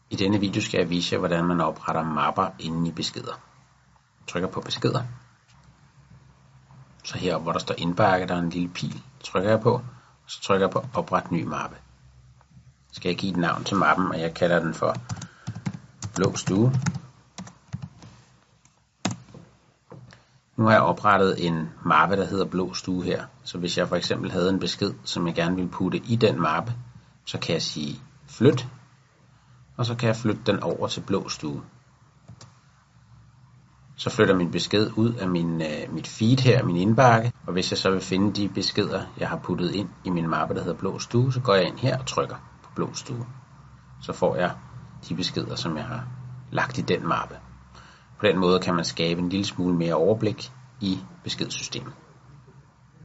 I denne video skal jeg vise jer, hvordan man opretter mapper inde i beskeder. Trykker på beskeder. Så heroppe, hvor der står indbakke, der er en lille pil, trykker jeg på, og så trykker jeg på opret ny mappe. Så skal jeg give et navn til mappen, og jeg kalder den for blå stue. Nu har jeg oprettet en mappe, der hedder blå stue her. Så hvis jeg for eksempel havde en besked, som jeg gerne ville putte i den mappe, så kan jeg sige flyt, og så kan jeg flytte den over til blå stue. Så flytter min besked ud af mit feed her, min indbakke, og hvis jeg så vil finde de beskeder, jeg har puttet ind i min mappe, der hedder blå stue, så går jeg ind her og trykker på blå stue. Så får jeg de beskeder, som jeg har lagt i den mappe. På den måde kan man skabe en lille smule mere overblik i beskedssystemet.